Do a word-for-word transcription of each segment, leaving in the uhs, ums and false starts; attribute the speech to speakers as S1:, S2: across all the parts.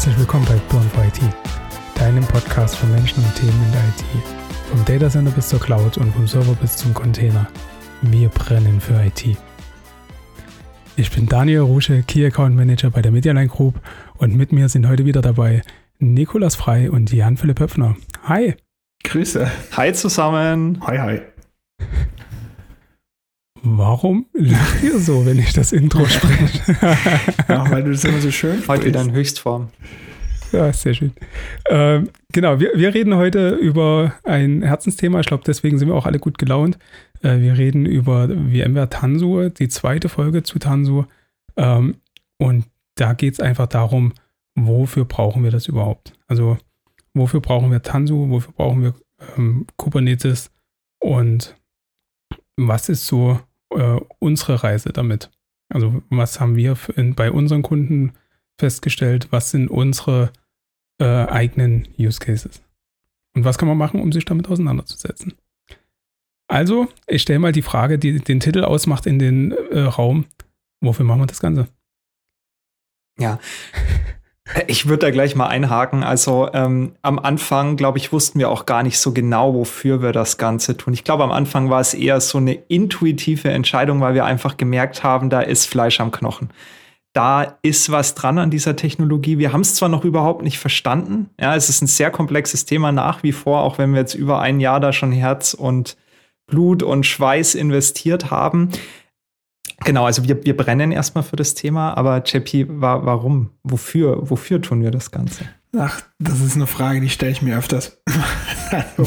S1: Herzlich willkommen bei Burn for I T, deinem Podcast für Menschen und Themen in der I T. Vom Datacenter bis zur Cloud und vom Server bis zum Container. Wir brennen für I T. Ich bin Daniel Rusche, Key Account Manager bei der Medialine Group und mit mir sind heute wieder dabei Nikolas Frei und Jan-Philipp Höpfner. Hi!
S2: Grüße!
S3: Hi zusammen!
S2: Hi, hi!
S1: Warum lacht ihr so, wenn ich das Intro spreche?
S2: Ja, weil du das immer so schön
S3: Heute wieder in Höchstform.
S1: Ja, sehr schön. Ähm, genau, wir, wir reden heute über ein Herzensthema. Ich glaube, deswegen sind wir auch alle gut gelaunt. Äh, wir reden über VMware Tanzu, die zweite Folge zu Tanzu. Ähm, und da geht es einfach darum, wofür brauchen wir das überhaupt? Also, wofür brauchen wir Tanzu? Wofür brauchen wir ähm, Kubernetes? Und was ist so äh, unsere Reise damit? Also, was haben wir in, bei unseren Kunden festgestellt? Was sind unsere äh, eigenen Use Cases? Und was kann man machen, um sich damit auseinanderzusetzen? Also, ich stelle mal die Frage, die den Titel ausmacht, in den äh, Raum. Wofür machen wir das Ganze?
S3: Ja, ich würde da gleich mal einhaken. Also ähm, am Anfang, glaube ich, wussten wir auch gar nicht so genau, wofür wir das Ganze tun. Ich glaube, am Anfang war es eher so eine intuitive Entscheidung, weil wir einfach gemerkt haben, da ist Fleisch am Knochen. Da ist was dran an dieser Technologie. Wir haben es zwar noch überhaupt nicht verstanden. Ja, es ist ein sehr komplexes Thema nach wie vor, auch wenn wir jetzt über ein Jahr da schon Herz und Blut und Schweiß investiert haben. Genau, also wir, wir brennen erstmal für das Thema, aber J P, wa- warum? Wofür? Wofür tun wir das Ganze?
S2: Ach, das ist eine Frage, die stelle ich mir öfters. Also,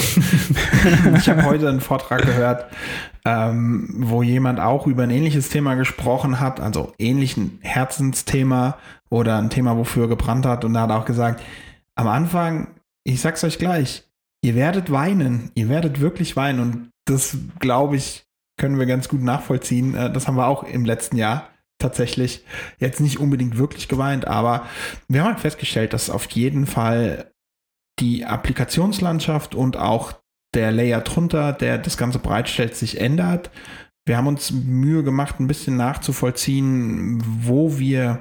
S2: ich habe heute einen Vortrag gehört, ähm, wo jemand auch über ein ähnliches Thema gesprochen hat, also ähnlich ein Herzensthema oder ein Thema, wofür er gebrannt hat. Und da hat er auch gesagt, am Anfang, ich sag's euch gleich, ihr werdet weinen, ihr werdet wirklich weinen. Und das, glaube ich, können wir ganz gut nachvollziehen. Das haben wir auch im letzten Jahr tatsächlich jetzt nicht unbedingt wirklich geweint, aber wir haben halt festgestellt, dass auf jeden Fall die Applikationslandschaft und auch der Layer drunter, der das Ganze bereitstellt, sich ändert. Wir haben uns Mühe gemacht, ein bisschen nachzuvollziehen, wo wir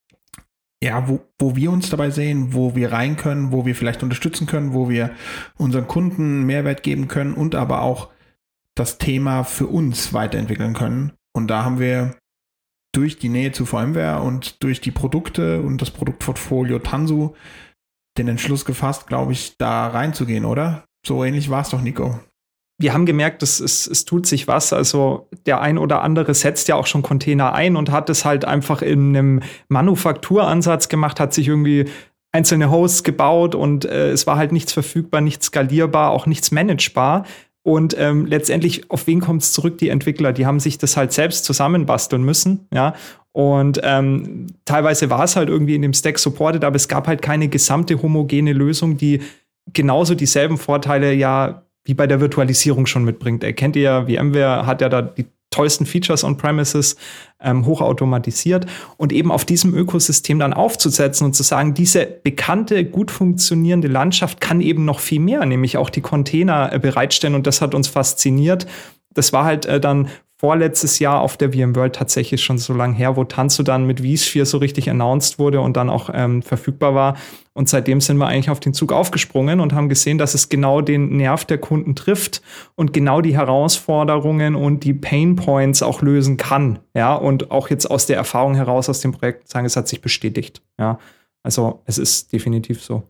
S2: ja, wo, wo wir uns dabei sehen, wo wir rein können, wo wir vielleicht unterstützen können, wo wir unseren Kunden Mehrwert geben können und aber auch das Thema für uns weiterentwickeln können. Und da haben wir durch die Nähe zu VMware und durch die Produkte und das Produktportfolio Tanzu den Entschluss gefasst, glaube ich, da reinzugehen, oder? So ähnlich war es doch, Nico.
S3: Wir haben gemerkt, es, es, es tut sich was. Also der ein oder andere setzt ja auch schon Container ein und hat es halt einfach in einem Manufakturansatz gemacht, hat sich irgendwie einzelne Hosts gebaut und äh, es war halt nichts verfügbar, nichts skalierbar, auch nichts managebar. Und ähm, letztendlich, auf wen kommt es zurück? Die Entwickler, die haben sich das halt selbst zusammenbasteln müssen, ja. Und ähm, teilweise war es halt irgendwie in dem Stack supported, aber es gab halt keine gesamte homogene Lösung, die genauso dieselben Vorteile ja wie bei der Virtualisierung schon mitbringt. Ihr kennt ja, VMware hat ja da die tollsten Features on-premises, ähm, hochautomatisiert und eben auf diesem Ökosystem dann aufzusetzen und zu sagen, diese bekannte, gut funktionierende Landschaft kann eben noch viel mehr, nämlich auch die Container äh, bereitstellen und das hat uns fasziniert. Das war halt äh, dann vorletztes Jahr auf der VMworld tatsächlich schon so lange her, wo Tanzu dann mit vSphere so richtig announced wurde und dann auch ähm, verfügbar war. Und seitdem sind wir eigentlich auf den Zug aufgesprungen und haben gesehen, dass es genau den Nerv der Kunden trifft und genau die Herausforderungen und die Pain Points auch lösen kann. Ja, und auch jetzt aus der Erfahrung heraus aus dem Projekt sagen, es hat sich bestätigt. Ja, also es ist definitiv so.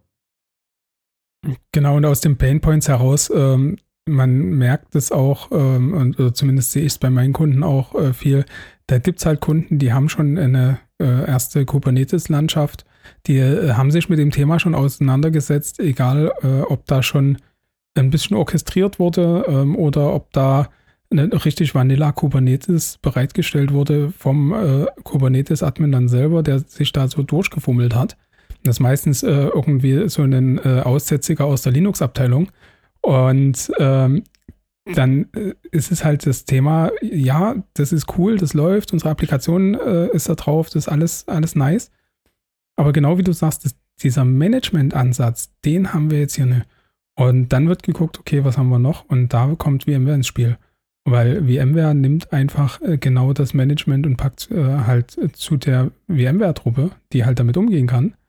S1: Genau, und aus den Pain Points heraus, ähm, man merkt es auch, ähm, und oder zumindest sehe ich es bei meinen Kunden auch äh, viel, da gibt es halt Kunden, die haben schon eine äh, erste Kubernetes-Landschaft, die äh, haben sich mit dem Thema schon auseinandergesetzt, egal äh, ob da schon ein bisschen orchestriert wurde ähm, oder ob da eine richtig Vanilla Kubernetes bereitgestellt wurde vom äh, Kubernetes-Admin dann selber, der sich da so durchgefummelt hat. Das ist meistens äh, irgendwie so ein äh, Aussätziger aus der Linux-Abteilung. Und ähm, dann äh, ist es halt das Thema, ja, das ist cool, das läuft, unsere Applikation äh, ist da drauf, das ist alles, alles nice. Aber genau wie du sagst, das, dieser Management-Ansatz, den haben wir jetzt hier nicht. Und dann wird geguckt, okay, was haben wir noch? Und da kommt VMware ins Spiel. Weil VMware nimmt einfach äh, genau das Management und packt äh, halt äh, zu der VMware-Truppe, die halt damit umgehen kann.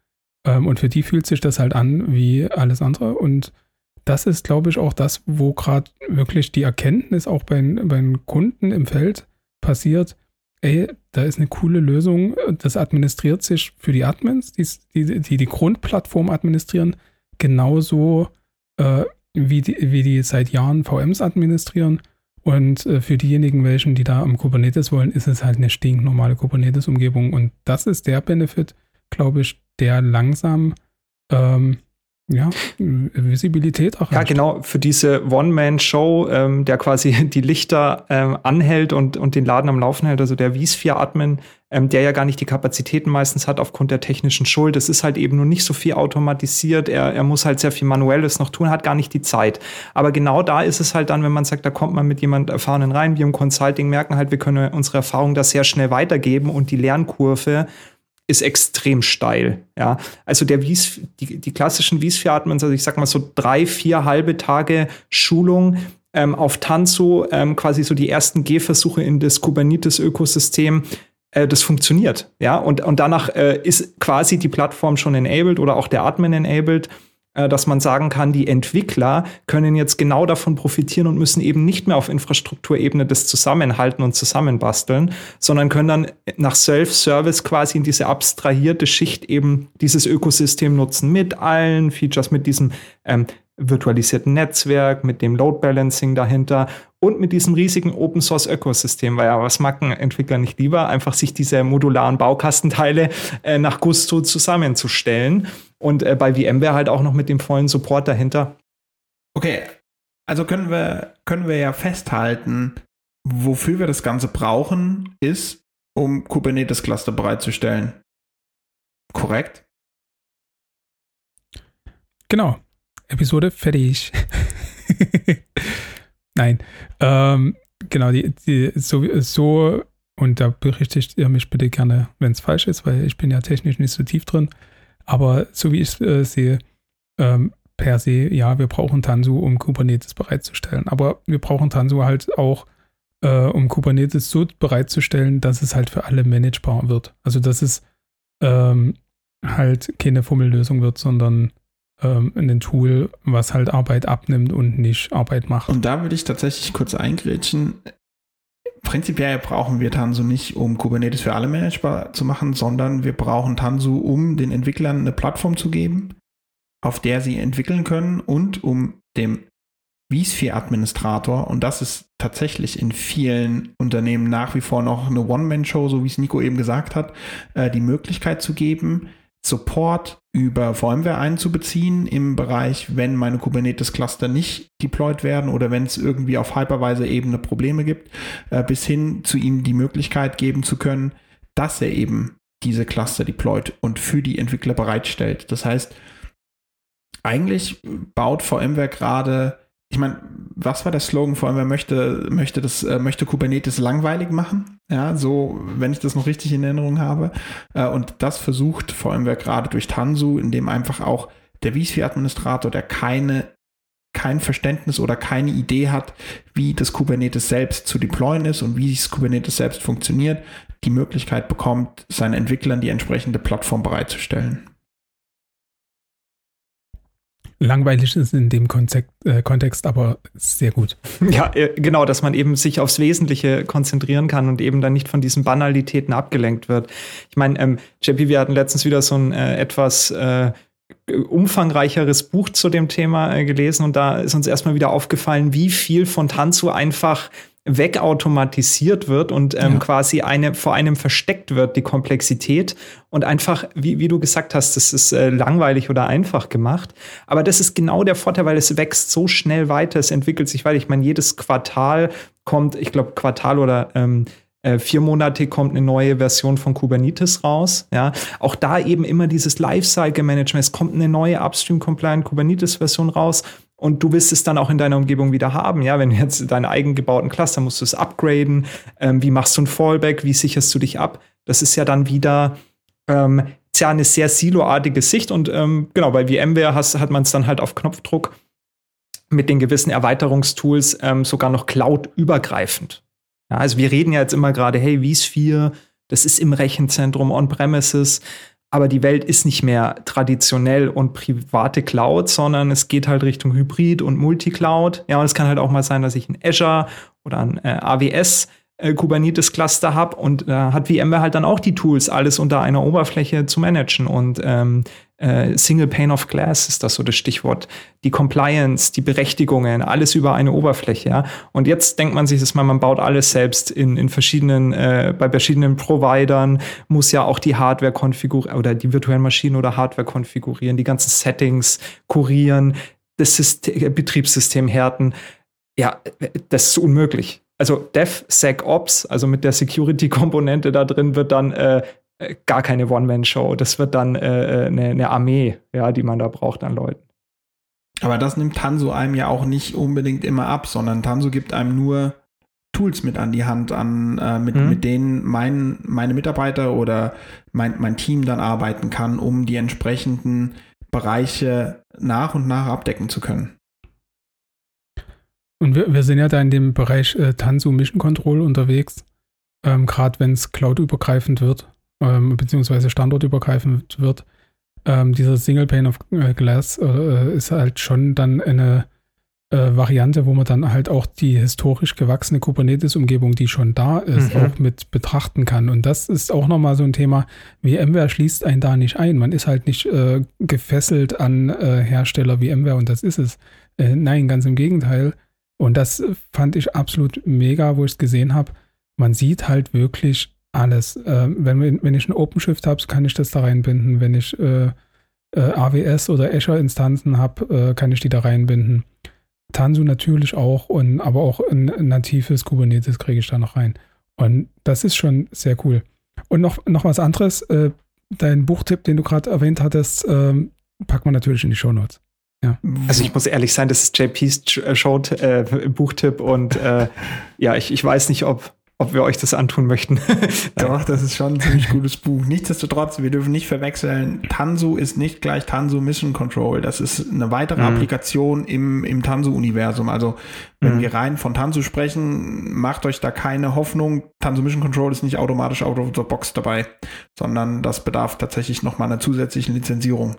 S1: Ähm, und für die fühlt sich das halt an wie alles andere. Und das ist, glaube ich, auch das, wo gerade wirklich die Erkenntnis auch bei, bei den Kunden im Feld passiert. Ey, da ist eine coole Lösung, das administriert sich für die Admins, die die, die, die Grundplattform administrieren, genauso äh, wie, die, wie die seit Jahren V Ms administrieren. Und äh, für diejenigen, welchen, die da am Kubernetes wollen, ist es halt eine stinknormale Kubernetes-Umgebung. Und das ist der Benefit, glaube ich, der langsam ähm, ja, Visibilität erreicht.
S3: Ja, genau, für diese One-Man-Show, ähm, der quasi die Lichter ähm, anhält und, und den Laden am Laufen hält, also der vSphere-Admin, ähm, der ja gar nicht die Kapazitäten meistens hat aufgrund der technischen Schuld. Es ist halt eben nur nicht so viel automatisiert, er, er muss halt sehr viel Manuelles noch tun, hat gar nicht die Zeit. Aber genau da ist es halt dann, wenn man sagt, da kommt man mit jemand Erfahrenen rein, wir im Consulting merken halt, wir können unsere Erfahrung da sehr schnell weitergeben und die Lernkurve ist extrem steil, ja. Also der Wies, die, die klassischen vSphere-Admins, also ich sag mal so drei, vier halbe Tage Schulung ähm, auf Tanzu, ähm, quasi so die ersten Gehversuche in das Kubernetes-Ökosystem, äh, das funktioniert, ja. Und, und danach äh, ist quasi die Plattform schon enabled oder auch der Admin enabled, äh, dass man sagen kann, die Entwickler können jetzt genau davon profitieren und müssen eben nicht mehr auf Infrastrukturebene das zusammenhalten und zusammenbasteln, sondern können dann nach Self-Service quasi in diese abstrahierte Schicht eben dieses Ökosystem nutzen mit allen Features, mit diesem ähm, virtualisierten Netzwerk, mit dem Load Balancing dahinter und mit diesem riesigen Open-Source-Ökosystem, weil ja, was mag ein Entwickler nicht lieber, einfach sich diese modularen Baukastenteile äh, nach Gusto zusammenzustellen und äh, bei VMware halt auch noch mit dem vollen Support dahinter.
S2: Okay, also können wir, können wir ja festhalten, wofür wir das Ganze brauchen, ist, um Kubernetes-Cluster bereitzustellen. Korrekt?
S1: Genau. Episode fertig. Nein. Ähm, genau, die, die so, so, und da berichtigt ihr mich bitte gerne, wenn es falsch ist, weil ich bin ja technisch nicht so tief drin. Aber so wie ich es äh, sehe, ähm, per se, ja, wir brauchen Tanzu, um Kubernetes bereitzustellen. Aber wir brauchen Tanzu halt auch, äh, um Kubernetes so bereitzustellen, dass es halt für alle managebar wird. Also, dass es ähm, halt keine Fummellösung wird, sondern ein Tool, was halt Arbeit abnimmt und nicht Arbeit macht.
S2: Und da würde ich tatsächlich kurz eingrätschen. Prinzipiell brauchen wir Tanzu nicht, um Kubernetes für alle managebar zu machen, sondern wir brauchen Tanzu, um den Entwicklern eine Plattform zu geben, auf der sie entwickeln können und um dem vSphere-Administrator, und das ist tatsächlich in vielen Unternehmen nach wie vor noch eine One-Man-Show, so wie es Nico eben gesagt hat, die Möglichkeit zu geben, Support über VMware einzubeziehen im Bereich, wenn meine Kubernetes-Cluster nicht deployed werden oder wenn es irgendwie auf Hypervisor-Ebene Probleme gibt, äh, bis hin zu ihm die Möglichkeit geben zu können, dass er eben diese Cluster deployt und für die Entwickler bereitstellt. Das heißt, eigentlich baut VMware gerade, ich meine, was war der Slogan? VMware möchte, möchte, das, äh, möchte Kubernetes langweilig machen. Ja, so, wenn ich das noch richtig in Erinnerung habe. Äh, und das versucht VMware gerade durch Tanzu, indem einfach auch der vSphere-Administrator, der keine, kein Verständnis oder keine Idee hat, wie das Kubernetes selbst zu deployen ist und wie das Kubernetes selbst funktioniert, die Möglichkeit bekommt, seinen Entwicklern die entsprechende Plattform bereitzustellen.
S1: Langweilig ist in dem Konzept, äh, Kontext aber sehr gut.
S3: Ja, genau, dass man eben sich aufs Wesentliche konzentrieren kann und eben dann nicht von diesen Banalitäten abgelenkt wird. Ich meine, ähm, J P, wir hatten letztens wieder so ein äh, etwas äh, umfangreicheres Buch zu dem Thema äh, gelesen und da ist uns erstmal wieder aufgefallen, wie viel von Tanzu einfach wegautomatisiert wird und ähm, ja. quasi eine vor einem versteckt wird, die Komplexität und einfach, wie, wie du gesagt hast, das ist äh, langweilig oder einfach gemacht, aber das ist genau der Vorteil, weil es wächst so schnell weiter, es entwickelt sich weiter. Ich meine, jedes Quartal kommt, ich glaube Quartal oder ähm, äh, vier Monate kommt eine neue Version von Kubernetes raus, ja, auch da eben immer dieses Lifecycle-Management, es kommt eine neue Upstream-Compliant Kubernetes-Version raus. Und du willst es dann auch in deiner Umgebung wieder haben. Ja, wenn du jetzt deinen eigen gebauten Cluster musst du es upgraden. Ähm, wie machst du ein Fallback? Wie sicherst du dich ab? Das ist ja dann wieder ähm, ja eine sehr siloartige Sicht. Und ähm, genau, bei VMware has, hat man es dann halt auf Knopfdruck mit den gewissen Erweiterungstools ähm, sogar noch cloud-übergreifend. Ja, also wir reden ja jetzt immer gerade, hey, vSphere, das ist im Rechenzentrum on-premises. Aber die Welt ist nicht mehr traditionell und private Cloud, sondern es geht halt Richtung Hybrid und Multicloud. Ja, und es kann halt auch mal sein, dass ich ein Azure oder ein äh, A W S äh, Kubernetes-Cluster habe und da äh, hat VMware halt dann auch die Tools, alles unter einer Oberfläche zu managen. Und ähm, äh, Single Pane of Glass ist das so das Stichwort. Die Compliance, die Berechtigungen, alles über eine Oberfläche. Ja? Und jetzt denkt man sich das mal, man baut alles selbst in, in verschiedenen, äh, bei verschiedenen Providern, muss ja auch die Hardware konfigurieren oder die virtuellen Maschinen oder Hardware konfigurieren, die ganzen Settings kurieren, das System, Betriebssystem härten. Ja, das ist unmöglich. Also DevSecOps, also mit der Security-Komponente da drin, wird dann äh, gar keine One-Man-Show. Das wird dann äh, eine, eine Armee, ja, die man da braucht an Leuten.
S2: Aber das nimmt Tanzu einem ja auch nicht unbedingt immer ab, sondern Tanzu gibt einem nur Tools mit an die Hand, an, äh, mit, mhm. mit denen mein, meine Mitarbeiter oder mein, mein Team dann arbeiten kann, um die entsprechenden Bereiche nach und nach abdecken zu können.
S1: Und wir, wir sind ja da in dem Bereich äh, Tanzu Mission Control unterwegs, ähm, gerade wenn es cloud-übergreifend wird, ähm, beziehungsweise standortübergreifend wird. Ähm, dieser Single Pane of Glass äh, ist halt schon dann eine äh, Variante, wo man dann halt auch die historisch gewachsene Kubernetes-Umgebung, die schon da ist, mhm. auch mit betrachten kann. Und das ist auch nochmal so ein Thema, VMware schließt einen da nicht ein. Man ist halt nicht äh, gefesselt an äh, Hersteller VMware und das ist es. Äh, nein, ganz im Gegenteil. Und das fand ich absolut mega, wo ich es gesehen habe. Man sieht halt wirklich alles. Äh, wenn, wenn ich ein OpenShift habe, kann ich das da reinbinden. Wenn ich äh, äh, A W S oder Azure-Instanzen habe, äh, kann ich die da reinbinden. Tanzu natürlich auch, und aber auch ein, ein natives Kubernetes kriege ich da noch rein. Und das ist schon sehr cool. Und noch, noch was anderes, äh, dein Buchtipp, den du gerade erwähnt hattest, äh, packt man natürlich in die Shownotes. Ja.
S3: Also ich muss ehrlich sein, das ist J P's Show, äh, Buchtipp und äh, ja, ich, ich weiß nicht, ob, ob wir euch das antun möchten.
S2: Doch, das ist schon ein ziemlich gutes Buch. Nichtsdestotrotz, wir dürfen nicht verwechseln, Tanzu ist nicht gleich Tanzu Mission Control. Das ist eine weitere mhm. Applikation im, im Tanzu-Universum. Also wenn mhm. wir rein von Tanzu sprechen, macht euch da keine Hoffnung. Tanzu Mission Control ist nicht automatisch out of the box dabei, sondern das bedarf tatsächlich nochmal einer zusätzlichen Lizenzierung.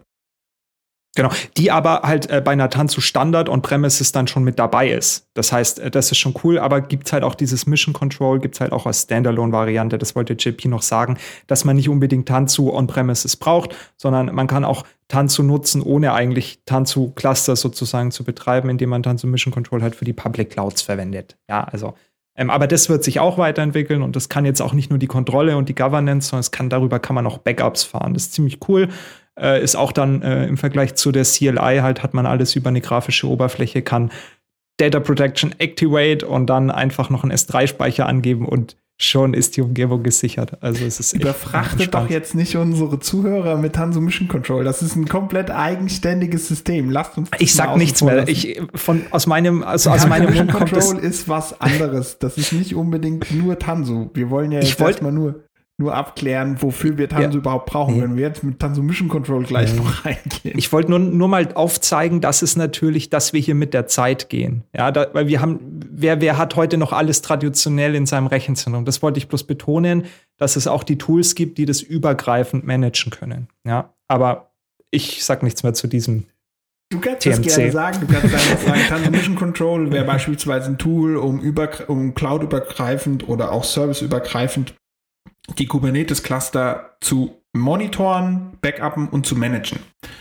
S3: Genau, die aber halt äh, bei einer Tanzu Standard On-Premises dann schon mit dabei ist. Das heißt, äh, das ist schon cool, aber gibt's halt auch dieses Mission Control, gibt's halt auch als Standalone-Variante, das wollte J P noch sagen, dass man nicht unbedingt Tanzu On-Premises braucht, sondern man kann auch Tanzu nutzen, ohne eigentlich Tanzu-Cluster sozusagen zu betreiben, indem man Tanzu Mission Control halt für die Public Clouds verwendet. Ja, also ähm, aber das wird sich auch weiterentwickeln und das kann jetzt auch nicht nur die Kontrolle und die Governance, sondern es kann darüber kann man auch Backups fahren. Das ist ziemlich cool. Äh, ist auch dann äh, im Vergleich zu der C L I halt, hat man alles über eine grafische Oberfläche, kann Data Protection Activate und dann einfach noch einen S drei Speicher angeben und schon ist die Umgebung gesichert. Also es ist echt
S2: Überfrachtet doch jetzt nicht unsere Zuhörer mit Tanzu Mission Control. Das ist ein komplett eigenständiges System. Lasst uns das
S3: Ich sag nichts mehr. Ich, von, aus meinem, also
S2: ja,
S3: aus meinem
S2: Mission
S3: Mund kommt
S2: Control
S3: es.
S2: ist was anderes. Das ist nicht unbedingt nur Tanzu. Wir wollen ja jetzt erstmal nur nur abklären, wofür wir Tanzu ja. überhaupt brauchen, wenn wir jetzt mit Tanzu Mission Control gleich ja. noch reingehen.
S3: Ich wollte nur, nur mal aufzeigen, dass es natürlich, dass wir hier mit der Zeit gehen. Ja, da, weil wir haben, wer, wer hat heute noch alles traditionell in seinem Rechenzentrum? Das wollte ich bloß betonen, dass es auch die Tools gibt, die das übergreifend managen können. Ja, aber ich sag nichts mehr zu diesem.
S2: Du kannst das gerne sagen, du kannst einfach sagen, Tanzu Mission Control wäre beispielsweise ein Tool, um, über, um Cloud-übergreifend oder auch Service-übergreifend die Kubernetes-Cluster zu monitoren, backuppen und zu managen.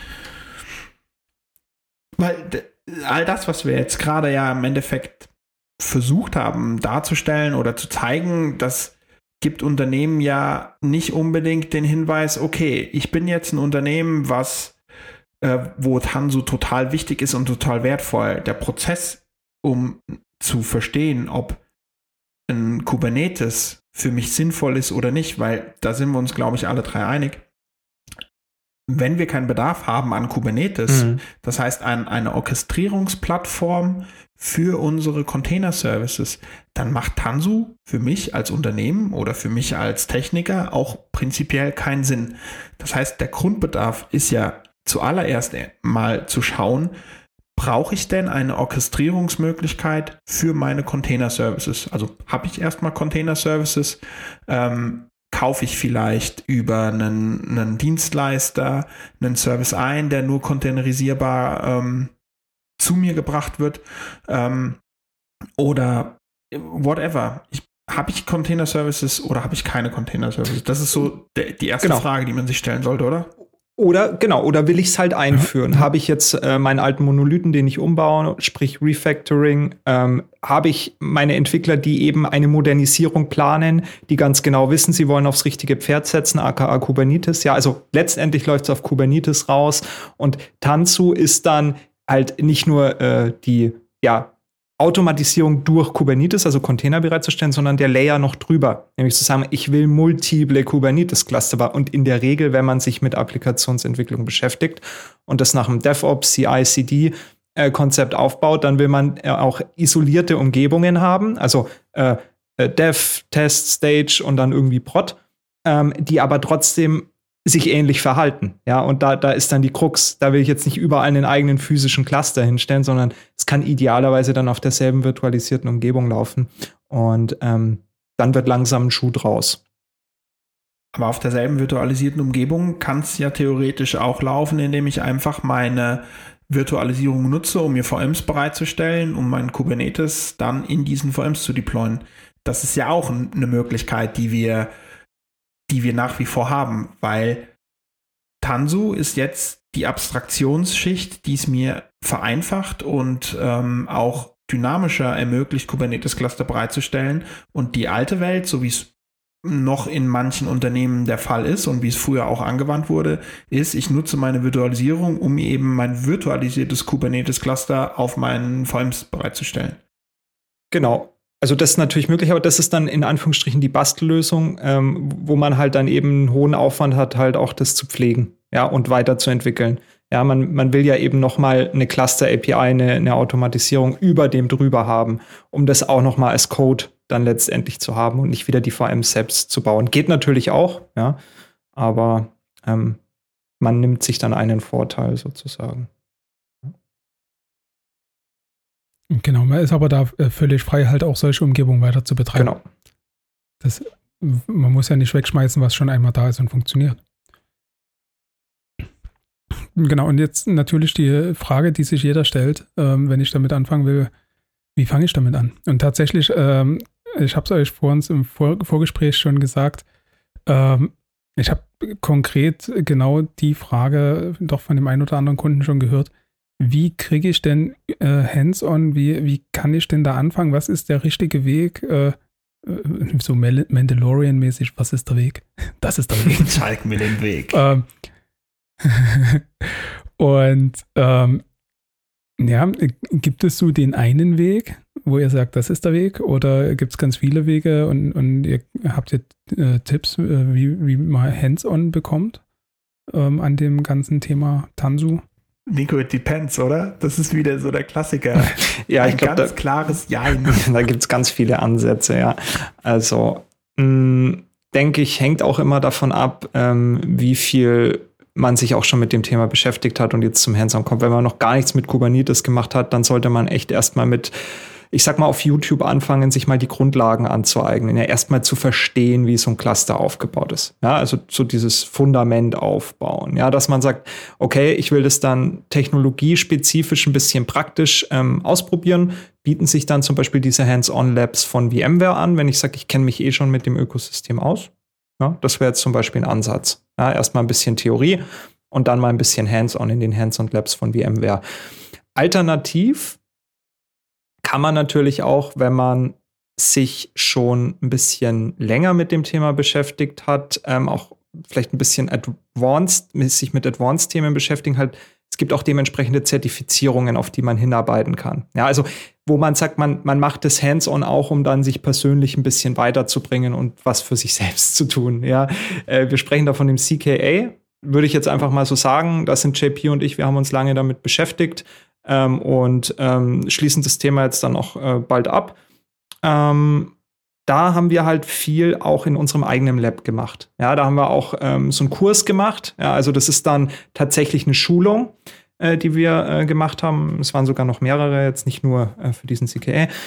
S2: Weil all das, was wir jetzt gerade ja im Endeffekt versucht haben darzustellen oder zu zeigen, das gibt Unternehmen ja nicht unbedingt den Hinweis, okay, ich bin jetzt ein Unternehmen, was äh, wo Tanzu total wichtig ist und total wertvoll. Der Prozess, um zu verstehen, ob ein Kubernetes für mich sinnvoll ist oder nicht, weil da sind wir uns, glaube ich, alle drei einig. Wenn wir keinen Bedarf haben an Kubernetes, mhm. das heißt an eine Orchestrierungsplattform für unsere Container-Services, dann macht Tanzu für mich als Unternehmen oder für mich als Techniker auch prinzipiell keinen Sinn. Das heißt, der Grundbedarf ist ja zuallererst mal zu schauen, brauche ich denn eine Orchestrierungsmöglichkeit für meine Container-Services? Also habe ich erstmal Container-Services? Ähm, kaufe ich vielleicht über einen, einen Dienstleister einen Service ein, der nur containerisierbar ähm, zu mir gebracht wird, ähm, oder whatever. Ich, habe ich Container-Services oder habe ich keine Container-Services? Das ist so de- die erste
S3: genau.
S2: Frage, die man sich stellen sollte, oder?
S3: Oder, genau, oder will ich es halt einführen? Ja. Habe ich jetzt äh, meinen alten Monolithen, den ich umbaue, sprich Refactoring, ähm, habe ich meine Entwickler, die eben eine Modernisierung planen, die ganz genau wissen, sie wollen aufs richtige Pferd setzen, aka Kubernetes. Ja, also letztendlich läuft es auf Kubernetes raus und Tanzu ist dann halt nicht nur äh, die, ja, Automatisierung durch Kubernetes, also Container bereitzustellen, sondern der Layer noch drüber. Nämlich zu sagen, ich will multiple Kubernetes-Cluster. Und in der Regel, wenn man sich mit Applikationsentwicklung beschäftigt und das nach einem DevOps, C I C D-Konzept aufbaut, dann will man auch isolierte Umgebungen haben, also äh, Dev, Test, Stage und dann irgendwie Prod, ähm, die aber trotzdem sich ähnlich verhalten. Ja, und da, da ist dann die Krux. Da will ich jetzt nicht überall einen eigenen physischen Cluster hinstellen, sondern es kann idealerweise dann auf derselben virtualisierten Umgebung laufen. Und ähm, dann wird langsam ein Schuh draus.
S2: Aber auf derselben virtualisierten Umgebung kann es ja theoretisch auch laufen, indem ich einfach meine Virtualisierung nutze, um mir V Ms bereitzustellen, um mein Kubernetes dann in diesen V Ms zu deployen. Das ist ja auch eine Möglichkeit, die wir die wir nach wie vor haben, weil Tanzu ist jetzt die Abstraktionsschicht, die es mir vereinfacht und ähm, auch dynamischer ermöglicht, Kubernetes-Cluster bereitzustellen. Und die alte Welt, so wie es noch in manchen Unternehmen der Fall ist und wie es früher auch angewandt wurde, ist, ich nutze meine Virtualisierung, um eben mein virtualisiertes Kubernetes-Cluster auf meinen V Ms bereitzustellen.
S3: Genau. Also das ist natürlich möglich, aber das ist dann in Anführungsstrichen die Bastellösung, ähm, wo man halt dann eben einen hohen Aufwand hat, halt auch das zu pflegen, ja, und weiterzuentwickeln. Ja, man, man will ja eben noch mal eine Cluster-A P I, eine, eine Automatisierung über dem drüber haben, um das auch noch mal als Code dann letztendlich zu haben und nicht wieder die V Ms selbst zu bauen. Geht natürlich auch, ja, aber ähm, man nimmt sich dann einen Vorteil sozusagen.
S1: Genau, man ist aber da völlig frei, halt auch solche Umgebungen weiter zu betreiben.
S3: Genau.
S1: Das, man muss ja nicht wegschmeißen, was schon einmal da ist und funktioniert. Genau, und jetzt natürlich die Frage, die sich jeder stellt, ähm, wenn ich damit anfangen will, wie fange ich damit an? Und tatsächlich, ähm, ich habe es euch vor uns im Vor- Vorgespräch schon gesagt, ähm, ich habe konkret genau die Frage doch von dem einen oder anderen Kunden schon gehört. Wie kriege ich denn äh, hands-on, wie, wie kann ich denn da anfangen? Was ist der richtige Weg? Äh, so Mandalorian-mäßig, was ist der Weg? Das ist der Weg.
S2: Zeig mir den Weg.
S1: Ähm, und ähm, ja, gibt es so den einen Weg, wo ihr sagt, das ist der Weg? Oder gibt es ganz viele Wege und, und ihr habt ihr äh, Tipps, äh, wie, wie man hands-on bekommt ähm, an dem ganzen Thema Tanzu?
S2: Nico, it depends, oder? Das ist wieder so der Klassiker.
S3: Ja, ich
S2: Ein
S3: glaube,
S2: ganz
S3: da,
S2: klares Jein.
S3: Da gibt es ganz viele Ansätze, ja. Also, mh, denke ich, hängt auch immer davon ab, ähm, wie viel man sich auch schon mit dem Thema beschäftigt hat und jetzt zum Hands-on kommt. Wenn man noch gar nichts mit Kubernetes gemacht hat, dann sollte man echt erstmal mit, ich sag mal, auf YouTube anfangen, sich mal die Grundlagen anzueignen. Ja, erstmal zu verstehen, wie so ein Cluster aufgebaut ist. Ja, also so dieses Fundament aufbauen. Ja, dass man sagt, okay, ich will das dann technologiespezifisch ein bisschen praktisch ähm, ausprobieren. Bieten sich dann zum Beispiel diese Hands-on-Labs von VMware an, wenn ich sage, ich kenne mich eh schon mit dem Ökosystem aus. Ja, das wäre jetzt zum Beispiel ein Ansatz. Ja, erstmal ein bisschen Theorie und dann mal ein bisschen Hands-on in den Hands-on-Labs von VMware. Alternativ kann man natürlich auch, wenn man sich schon ein bisschen länger mit dem Thema beschäftigt hat, ähm, auch vielleicht ein bisschen advanced, sich mit Advanced-Themen beschäftigen, halt, es gibt auch dementsprechende Zertifizierungen, auf die man hinarbeiten kann. Ja, also wo man sagt, man, man macht das Hands-on auch, um dann sich persönlich ein bisschen weiterzubringen und was für sich selbst zu tun. Ja, äh, wir sprechen da von dem C K A, würde ich jetzt einfach mal so sagen. Das sind J P und ich, wir haben uns lange damit beschäftigt ähm, und ähm, schließen das Thema jetzt dann auch äh, bald ab. Ähm, Da haben wir halt viel auch in unserem eigenen Lab gemacht. Ja, da haben wir auch ähm, so einen Kurs gemacht. Ja, also das ist dann tatsächlich eine Schulung, äh, die wir äh, gemacht haben. Es waren sogar noch mehrere, jetzt nicht nur äh, für diesen C K A.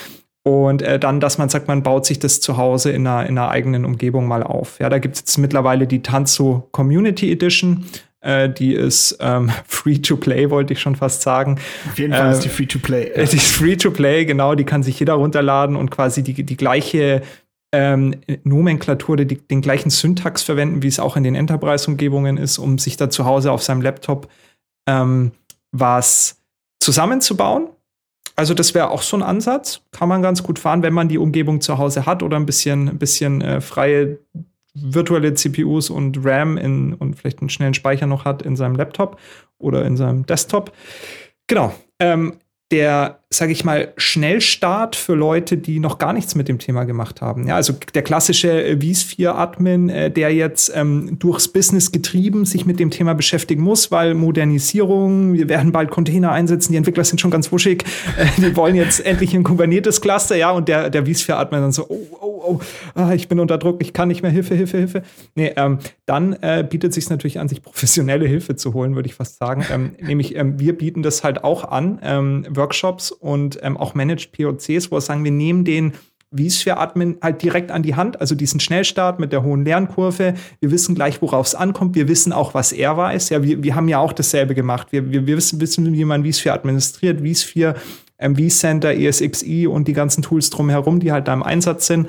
S3: Und äh, dann, dass man sagt, man baut sich das zu Hause in einer, in einer eigenen Umgebung mal auf. Ja, da gibt es jetzt mittlerweile die Tanzu Community Edition. Äh, die ist ähm, Free-to-Play, wollte ich schon fast sagen.
S2: Auf jeden Fall
S3: äh,
S2: ist die Free-to-Play.
S3: Ja. Die ist Free-to-Play, genau. Die kann sich jeder runterladen und quasi die, die gleiche ähm, Nomenklatur, die, den gleichen Syntax verwenden, wie es auch in den Enterprise-Umgebungen ist, um sich da zu Hause auf seinem Laptop ähm, was zusammenzubauen. Also das wäre auch so ein Ansatz. Kann man ganz gut fahren, wenn man die Umgebung zu Hause hat oder ein bisschen, ein bisschen äh, freie virtuelle C P Us und RAM in, und vielleicht einen schnellen Speicher noch hat in seinem Laptop oder in seinem Desktop. Genau. Ähm, der, sage ich mal, Schnellstart für Leute, die noch gar nichts mit dem Thema gemacht haben. Ja, also der klassische vSphere-Admin, äh, der jetzt ähm, durchs Business getrieben sich mit dem Thema beschäftigen muss, weil Modernisierung, wir werden bald Container einsetzen, die Entwickler sind schon ganz wuschig, äh, die wollen jetzt endlich ein Kubernetes-Cluster, ja, und der, der vSphere-Admin dann so, oh, oh, oh, ah, ich bin unter Druck, ich kann nicht mehr, Hilfe, Hilfe, Hilfe. Nee, ähm, dann äh, bietet es sich natürlich an, sich professionelle Hilfe zu holen, würde ich fast sagen. Ähm, nämlich, ähm, wir bieten das halt auch an, ähm, Workshops und ähm, auch Managed P O Cs, wo wir sagen, wir nehmen den vSphere-Admin halt direkt an die Hand, also diesen Schnellstart mit der hohen Lernkurve. Wir wissen gleich, worauf es ankommt. Wir wissen auch, was er weiß. Ja, wir, wir haben ja auch dasselbe gemacht. Wir, wir, wir wissen, wissen, wie man vSphere administriert, vSphere, ähm, vCenter, E S X i und die ganzen Tools drumherum, die halt da im Einsatz sind.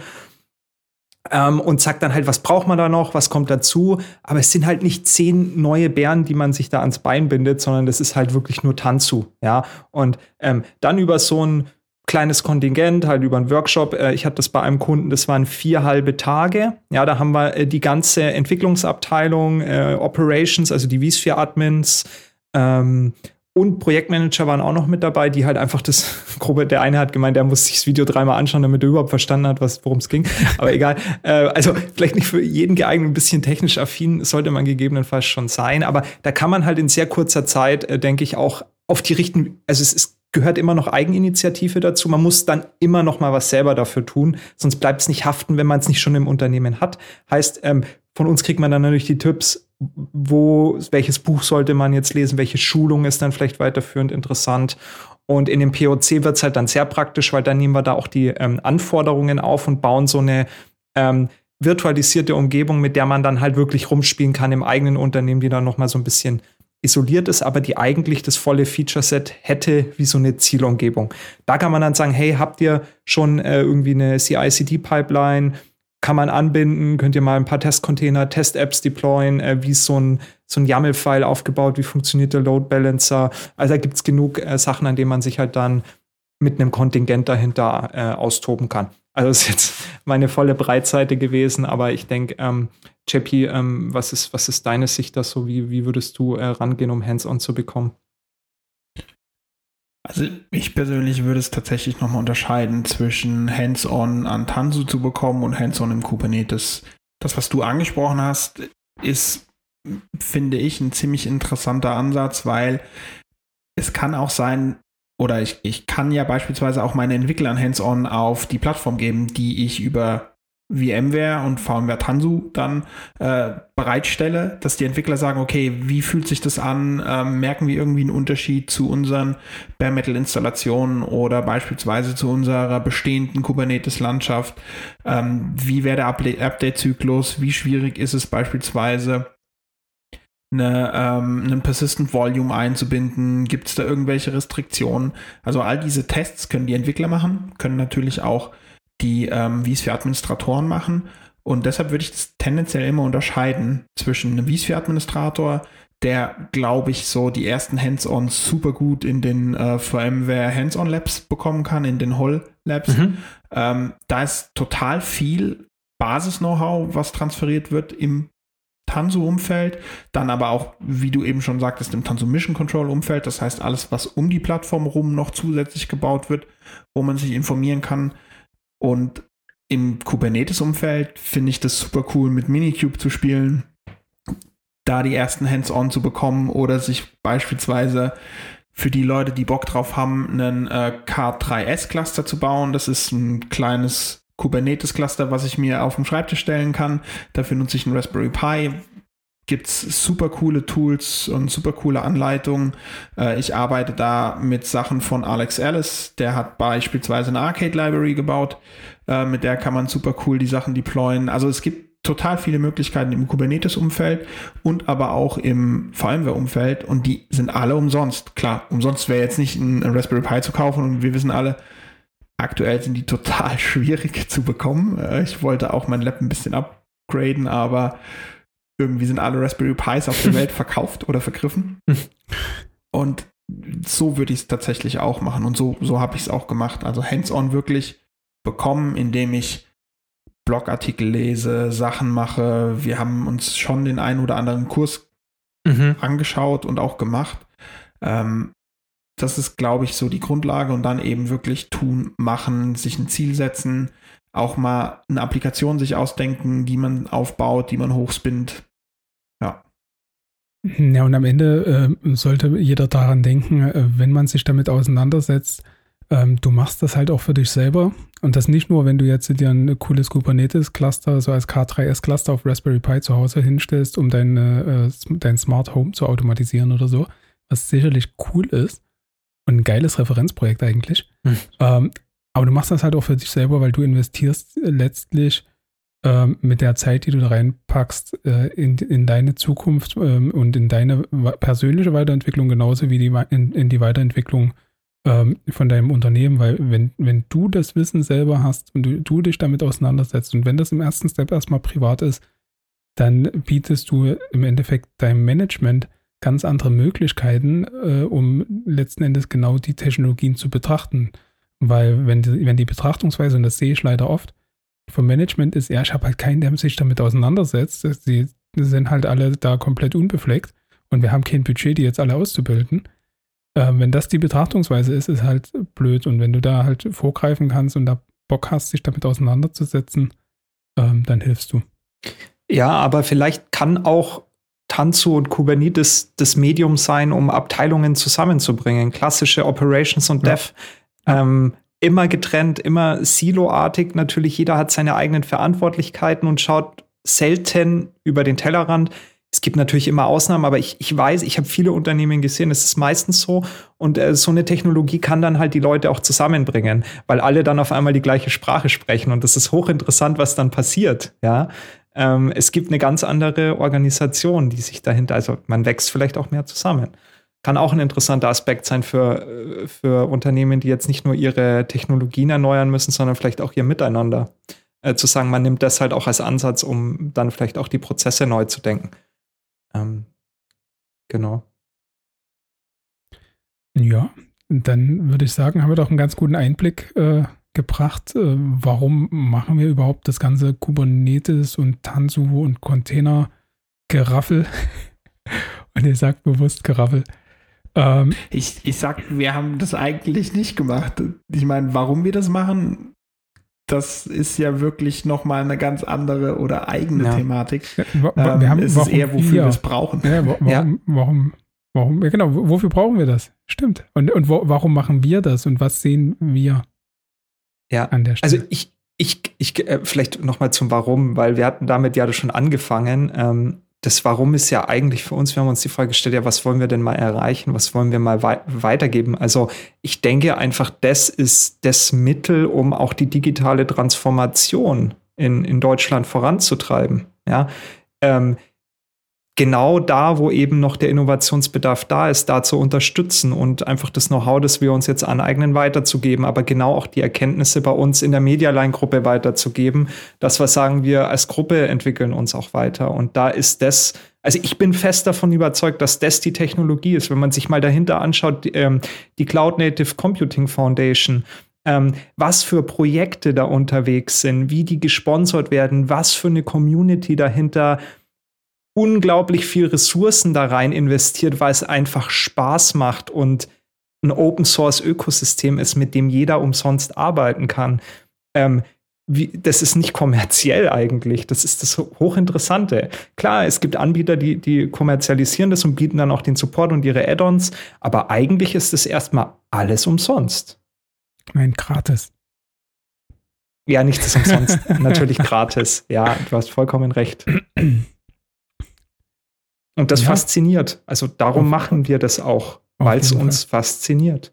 S3: Ähm, und sagt dann halt, was braucht man da noch, was kommt dazu. Aber es sind halt nicht zehn neue Bären, die man sich da ans Bein bindet, sondern das ist halt wirklich nur Tanzu. Ja? Und ähm, dann über so ein kleines Kontingent, halt über einen Workshop. Äh, ich hatte das bei einem Kunden, das waren vier halbe Tage. Ja, da haben wir äh, die ganze Entwicklungsabteilung, äh, Operations, also die vSphere-Admins, ähm, und Projektmanager waren auch noch mit dabei, die halt einfach das grobe, der eine hat gemeint, der muss sich das Video dreimal anschauen, damit er überhaupt verstanden hat, worum es ging. Aber egal. Äh, also vielleicht nicht für jeden geeignet, ein bisschen technisch affin sollte man gegebenenfalls schon sein. Aber da kann man halt in sehr kurzer Zeit, äh, denke ich, auch auf die richten, also es ist gehört immer noch Eigeninitiative dazu. Man muss dann immer noch mal was selber dafür tun, sonst bleibt es nicht haften, wenn man es nicht schon im Unternehmen hat. Heißt, ähm, von uns kriegt man dann natürlich die Tipps, wo, welches Buch sollte man jetzt lesen, welche Schulung ist dann vielleicht weiterführend interessant. Und in dem P O C wird es halt dann sehr praktisch, weil dann nehmen wir da auch die ähm, Anforderungen auf und bauen so eine ähm, virtualisierte Umgebung, mit der man dann halt wirklich rumspielen kann im eigenen Unternehmen, die dann noch mal so ein bisschen isoliert ist, aber die eigentlich das volle Feature-Set hätte wie so eine Zielumgebung. Da kann man dann sagen, hey, habt ihr schon äh, irgendwie eine C I C D-Pipeline? Kann man anbinden? Könnt ihr mal ein paar Testcontainer, Test-Apps deployen? Äh, wie ist so ein, so ein YAML-File aufgebaut? Wie funktioniert der Load Balancer? Also da gibt es genug äh, Sachen, an denen man sich halt dann mit einem Kontingent dahinter äh, austoben kann. Also das ist jetzt meine volle Breitseite gewesen, aber ich denke, ähm, J P, ähm, was ist, was ist deine Sicht da so? Wie, wie würdest du äh, rangehen, um Hands-on zu bekommen?
S2: Also ich persönlich würde es tatsächlich nochmal unterscheiden zwischen Hands-on an Tanzu zu bekommen und Hands-on im Kubernetes. Das, was du angesprochen hast, ist, finde ich, ein ziemlich interessanter Ansatz, weil es kann auch sein, oder ich, ich kann ja beispielsweise auch meine Entwicklern Hands-on auf die Plattform geben, die ich über VMware und VMware Tanzu dann äh, bereitstelle, dass die Entwickler sagen, okay, wie fühlt sich das an? Ähm, merken wir irgendwie einen Unterschied zu unseren Bare Metal Installationen oder beispielsweise zu unserer bestehenden Kubernetes-Landschaft? Ähm, wie wäre der Update-Zyklus? Wie schwierig ist es beispielsweise, eine, ähm, einen Persistent Volume einzubinden? Gibt es da irgendwelche Restriktionen? Also all diese Tests können die Entwickler machen, können natürlich auch die ähm, vSphere-Administratoren machen. Und deshalb würde ich das tendenziell immer unterscheiden zwischen einem vSphere-Administrator, der, glaube ich, so die ersten Hands-ons super gut in den äh, VMware Hands-on-Labs bekommen kann, in den Hol-Labs. Mhm. Ähm, da ist total viel Basis-Know-how, was transferiert wird im Tanzu-Umfeld, dann aber auch, wie du eben schon sagtest, im Tanzu Mission Control-Umfeld, das heißt alles, was um die Plattform rum noch zusätzlich gebaut wird, wo man sich informieren kann. Und im Kubernetes-Umfeld finde ich das super cool, mit Minikube zu spielen, da die ersten Hands-on zu bekommen oder sich beispielsweise für die Leute, die Bock drauf haben, einen äh, K drei S-Cluster zu bauen. Das ist ein kleines Kubernetes-Cluster, was ich mir auf den Schreibtisch stellen kann. Dafür nutze ich einen Raspberry Pi. gibt es super coole Tools und super coole Anleitungen. Äh, ich arbeite da mit Sachen von Alex Ellis, der hat beispielsweise eine Arcade-Library gebaut, äh, mit der kann man super cool die Sachen deployen. Also es gibt total viele Möglichkeiten im Kubernetes-Umfeld und aber auch im VMware-Umfeld und die sind alle umsonst. Klar, umsonst wäre jetzt nicht ein Raspberry Pi zu kaufen und wir wissen alle, aktuell sind die total schwierig zu bekommen. Äh, ich wollte auch mein Lab ein bisschen upgraden, aber irgendwie sind alle Raspberry Pis auf der Welt verkauft oder vergriffen. Und so würde ich es tatsächlich auch machen. Und so, so habe ich es auch gemacht. Also hands-on wirklich bekommen, indem ich Blogartikel lese, Sachen mache. Wir haben uns schon den einen oder anderen Kurs mhm. angeschaut und auch gemacht. Ähm, das ist, glaube ich, so die Grundlage. Und dann eben wirklich tun, machen, sich ein Ziel setzen, auch mal eine Applikation sich ausdenken, die man aufbaut, die man hochspinnt. Ja.
S1: Ja, und am Ende äh, sollte jeder daran denken, äh, wenn man sich damit auseinandersetzt, ähm, du machst das halt auch für dich selber. Und das nicht nur, wenn du jetzt dir ein cooles Kubernetes-Cluster, so als K drei S-Cluster auf Raspberry Pi zu Hause hinstellst, um dein, äh, dein Smart Home zu automatisieren oder so, was sicherlich cool ist und ein geiles Referenzprojekt eigentlich. Hm. Ähm, aber du machst das halt auch für dich selber, weil du investierst letztlich ähm, mit der Zeit, die du da reinpackst, äh, in, in deine Zukunft ähm, und in deine persönliche Weiterentwicklung genauso wie die, in, in die Weiterentwicklung ähm, von deinem Unternehmen, weil wenn, wenn du das Wissen selber hast und du, du dich damit auseinandersetzt und wenn das im ersten Step erstmal privat ist, dann bietest du im Endeffekt deinem Management ganz andere Möglichkeiten, äh, um letzten Endes genau die Technologien zu betrachten. Weil wenn die, wenn die Betrachtungsweise, und das sehe ich leider oft, vom Management ist, ja, ich habe halt keinen, der sich damit auseinandersetzt. Sie sind halt alle da komplett unbefleckt und wir haben kein Budget, die jetzt alle auszubilden. Ähm, wenn das die Betrachtungsweise ist, ist halt blöd. Und wenn du da halt vorgreifen kannst und da Bock hast, sich damit auseinanderzusetzen, ähm, dann hilfst du.
S3: Ja, aber vielleicht kann auch Tanzu und Kubernetes das Medium sein, um Abteilungen zusammenzubringen. Klassische Operations und Dev. Ja. Ähm, immer getrennt, immer siloartig. Natürlich, jeder hat seine eigenen Verantwortlichkeiten und schaut selten über den Tellerrand. Es gibt natürlich immer Ausnahmen, aber ich, ich weiß, ich habe viele Unternehmen gesehen, es ist meistens so. Und äh, so eine Technologie kann dann halt die Leute auch zusammenbringen, weil alle dann auf einmal die gleiche Sprache sprechen. Und das ist hochinteressant, was dann passiert. Ja, ähm, es gibt eine ganz andere Organisation, die sich dahinter, also man wächst vielleicht auch mehr zusammen. Kann auch ein interessanter Aspekt sein für, für Unternehmen, die jetzt nicht nur ihre Technologien erneuern müssen, sondern vielleicht auch ihr Miteinander. Äh, zu sagen, man nimmt das halt auch als Ansatz, um dann vielleicht auch die Prozesse neu zu denken. Ähm, genau.
S1: Ja, dann würde ich sagen, haben wir doch einen ganz guten Einblick äh, gebracht. Äh, warum machen wir überhaupt das ganze Kubernetes und Tanzu und Container-Geraffel? Und ihr sagt bewusst Geraffel.
S2: Ähm, ich, ich sag, wir haben das eigentlich nicht gemacht. Ich meine, warum wir das machen, das ist ja wirklich nochmal eine ganz andere oder eigene ja. Thematik. Ja,
S1: ähm, wir haben,
S2: es ist eher, wofür wir es brauchen.
S1: Ja, warum, ja. warum, warum, ja genau, wofür brauchen wir das? Stimmt. Und, und wo, warum machen wir das und was sehen wir
S3: ja. an der Stelle? Also ich, ich, ich äh, vielleicht nochmal zum Warum, weil wir hatten damit ja schon angefangen. Ähm, Das Warum ist ja eigentlich für uns, wir haben uns die Frage gestellt, ja, was wollen wir denn mal erreichen, was wollen wir mal wei- weitergeben? Also ich denke einfach, das ist das Mittel, um auch die digitale Transformation in, in Deutschland voranzutreiben. Ja, ähm, genau da, wo eben noch der Innovationsbedarf da ist, da zu unterstützen und einfach das Know-how, das wir uns jetzt aneignen, weiterzugeben, aber genau auch die Erkenntnisse bei uns in der Medialine-Gruppe weiterzugeben. Das, was sagen wir als Gruppe, entwickeln uns auch weiter. Und da ist das, also ich bin fest davon überzeugt, dass das die Technologie ist. Wenn man sich mal dahinter anschaut, die, ähm, die Cloud Native Computing Foundation, ähm, was für Projekte da unterwegs sind, wie die gesponsert werden, was für eine Community dahinter unglaublich viel Ressourcen da rein investiert, weil es einfach Spaß macht und ein Open-Source-Ökosystem ist, mit dem jeder umsonst arbeiten kann. Ähm, wie, das ist nicht kommerziell eigentlich. Das ist das Hochinteressante. Klar, es gibt Anbieter, die, die kommerzialisieren das und bieten dann auch den Support und ihre Add-ons, aber eigentlich ist es erstmal alles umsonst.
S1: Nein, gratis.
S3: Ja, nichts ist umsonst. Natürlich gratis. Ja, du hast vollkommen recht. Und das
S1: ja.
S3: fasziniert. Also darum
S1: Auf,
S3: machen wir das auch, weil es uns Fall. fasziniert.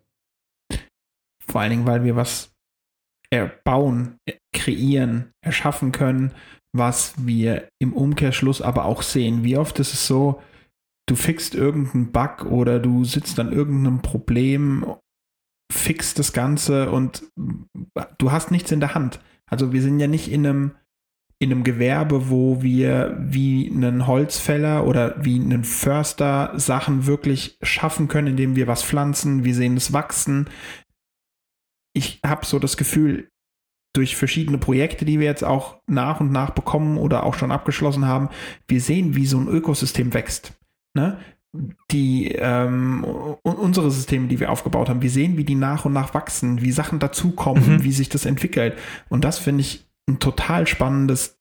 S2: Vor allen Dingen, weil wir was erbauen, kreieren, erschaffen können, was wir im Umkehrschluss aber auch sehen. Wie oft ist es so, du fixst irgendeinen Bug oder du sitzt an irgendeinem Problem, fixst das Ganze und du hast nichts in der Hand. Also wir sind ja nicht in einem in einem Gewerbe, wo wir wie einen Holzfäller oder wie einen Förster Sachen wirklich schaffen können, indem wir was pflanzen, wir sehen es wachsen. Ich habe so das Gefühl, durch verschiedene Projekte, die wir jetzt auch nach und nach bekommen oder auch schon abgeschlossen haben, wir sehen, wie so ein Ökosystem wächst. Ne? Die ähm, unsere Systeme, die wir aufgebaut haben, wir sehen, wie die nach und nach wachsen, wie Sachen dazukommen, mhm. wie sich das entwickelt. Und das finde ich ein total spannendes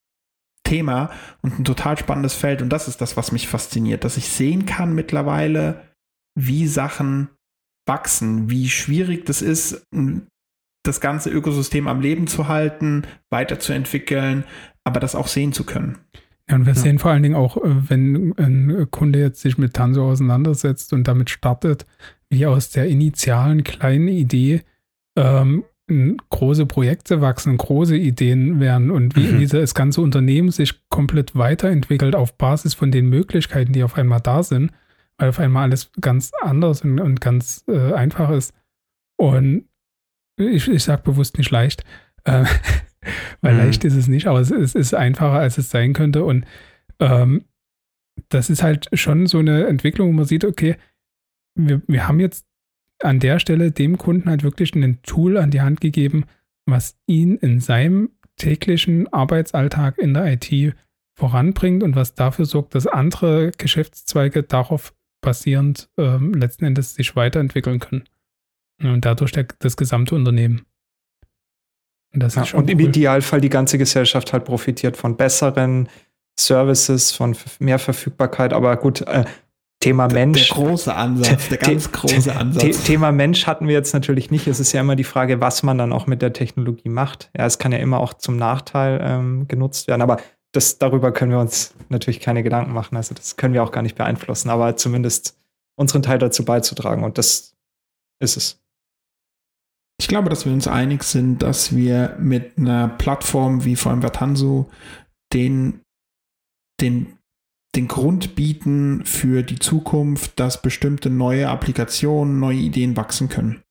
S2: Thema und ein total spannendes Feld. Und das ist das, was mich fasziniert, dass ich sehen kann mittlerweile, wie Sachen wachsen, wie schwierig das ist, das ganze Ökosystem am Leben zu halten, weiterzuentwickeln, aber das auch sehen zu können.
S1: Ja, und wir
S2: ja.
S1: sehen vor allen Dingen auch, wenn ein Kunde jetzt sich mit Tanso auseinandersetzt und damit startet, wie aus der initialen kleinen Idee ähm, große Projekte wachsen, große Ideen werden und wie, mhm. wie das ganze Unternehmen sich komplett weiterentwickelt auf Basis von den Möglichkeiten, die auf einmal da sind, weil auf einmal alles ganz anders und, und ganz äh, einfach ist. Und ich, ich sage bewusst nicht leicht, äh, weil mhm. leicht ist es nicht, aber es, es ist einfacher, als es sein könnte. Und ähm, das ist halt schon so eine Entwicklung, wo man sieht, okay, wir, wir haben jetzt an der Stelle dem Kunden halt wirklich ein Tool an die Hand gegeben, was ihn in seinem täglichen Arbeitsalltag in der I T voranbringt und was dafür sorgt, dass andere Geschäftszweige darauf basierend ähm, letzten Endes sich weiterentwickeln können. Und dadurch der, das gesamte Unternehmen.
S3: Und, das ja, ist schon und cool. Im Idealfall die ganze Gesellschaft halt profitiert von besseren Services, von mehr Verfügbarkeit, aber gut, äh, Thema Mensch.
S2: Der große Ansatz, der ganz große Ansatz.
S3: Thema Mensch hatten wir jetzt natürlich nicht. Es ist ja immer die Frage, was man dann auch mit der Technologie macht. Ja, es kann ja immer auch zum Nachteil ähm, genutzt werden, aber das, darüber können wir uns natürlich keine Gedanken machen. Also das können wir auch gar nicht beeinflussen, aber zumindest unseren Teil dazu beizutragen und das ist es.
S2: Ich glaube, dass wir uns einig sind, dass wir mit einer Plattform wie VMware Tanso den, den den Grund bieten für die Zukunft, dass bestimmte neue Applikationen, neue Ideen wachsen können.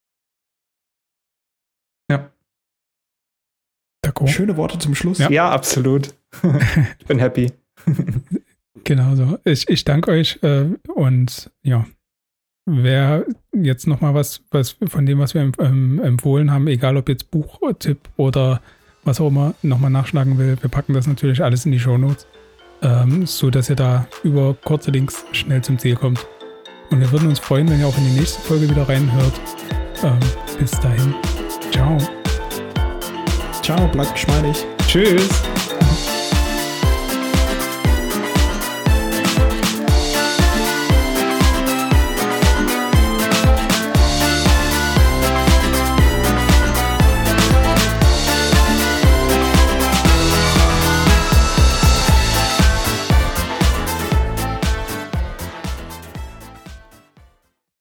S3: Ja.
S2: D'accord. Schöne Worte zum Schluss.
S3: Ja, ja, absolut. Ich bin happy.
S1: Genau so. Ich, ich danke euch äh, und ja, wer jetzt nochmal was, was von dem, was wir ähm, empfohlen haben, egal ob jetzt Buchtipp oder was auch immer, nochmal nachschlagen will, wir packen das natürlich alles in die Shownotes. Ähm, so dass ihr da über kurze Links schnell zum Ziel kommt. Und wir würden uns freuen, wenn ihr auch in die nächste Folge wieder reinhört. Ähm, bis dahin. Ciao.
S2: Ciao, bleibt geschmeidig.
S3: Tschüss.